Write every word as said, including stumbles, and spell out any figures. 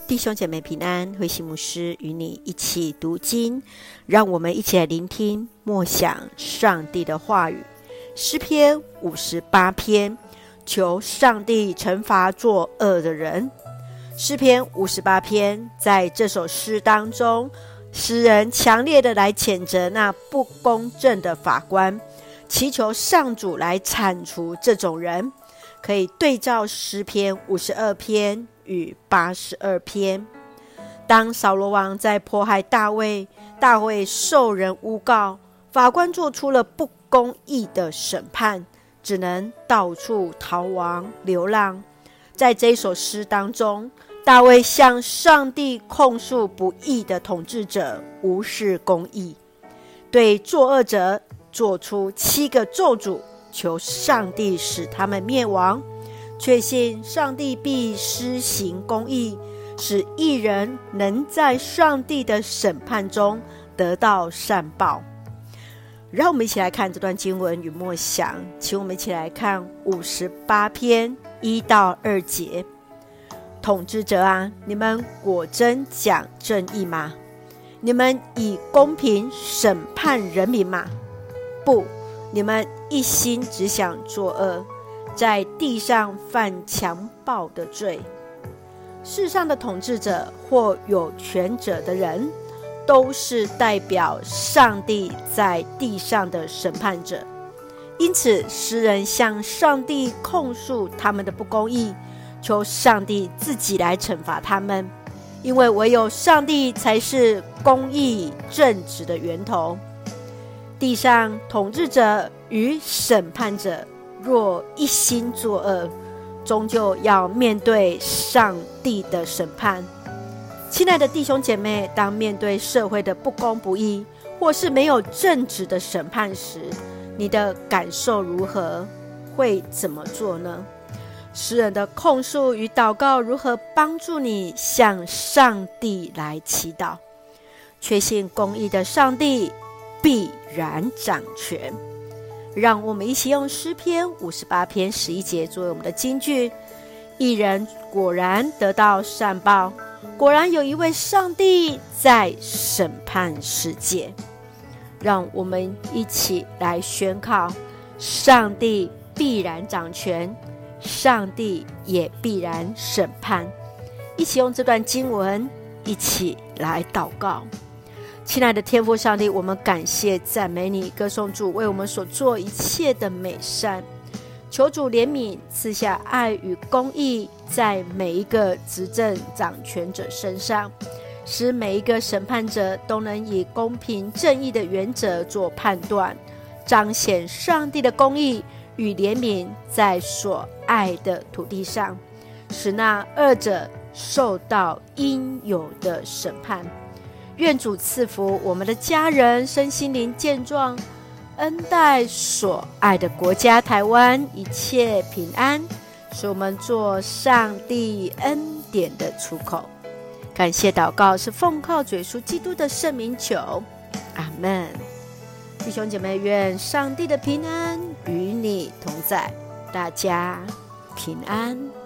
弟兄姐妹平安，慧馨牧师与你一起读经，让我们一起来聆听默想上帝的话语。诗篇五十八篇，求上帝惩罚作恶的人。诗篇五十八篇，在这首诗当中，诗人强烈的来谴责那不公正的法官，祈求上主来铲除这种人。可以对照诗篇五十二篇与八十二篇。当扫罗王在迫害大卫，大卫受人诬告，法官做出了不公义的审判，只能到处逃亡流浪。在这首诗当中，大卫向上帝控诉不义的统治者无视公义，对作恶者做出七个咒诅，求上帝使他们灭亡，确信上帝必施行公义，使义人能在上帝的审判中得到善报。让我们一起来看这段经文与默想，请我们一起来看五十八篇一到二节。统治者啊，你们果真讲正义吗？你们以公平审判人民吗？不，你们一心只想作恶，在地上犯强暴的罪。世上的统治者或有权者的人，都是代表上帝在地上的审判者。因此，诗人向上帝控诉他们的不公义，求上帝自己来惩罚他们，因为唯有上帝才是公义正直的源头。地上统治者与审判者若一心作恶，终究要面对上帝的审判。亲爱的弟兄姐妹，当面对社会的不公不义，或是没有正直的审判时，你的感受如何？会怎么做呢？诗人的控诉与祷告如何帮助你向上帝来祈祷？确信公义的上帝必然掌权。让我们一起用诗篇五十八篇十一节作为我们的金句：义人果然得到善报，果然有一位上帝在审判世界。让我们一起来宣告：上帝必然掌权，上帝也必然审判。一起用这段经文一起来祷告。亲爱的天父上帝，我们感谢赞美你，歌颂主为我们所做一切的美善。求主怜悯，赐下爱与公义在每一个执政掌权者身上，使每一个审判者都能以公平正义的原则做判断，彰显上帝的公义与怜悯在所爱的土地上，使那恶者受到应有的审判。愿主赐福我们的家人身心灵健壮，恩待所爱的国家台湾一切平安，使我们做上帝恩典的出口。感谢祷告是奉靠主耶稣基督的圣名求，阿们。弟兄姐妹，愿上帝的平安与你同在，大家平安。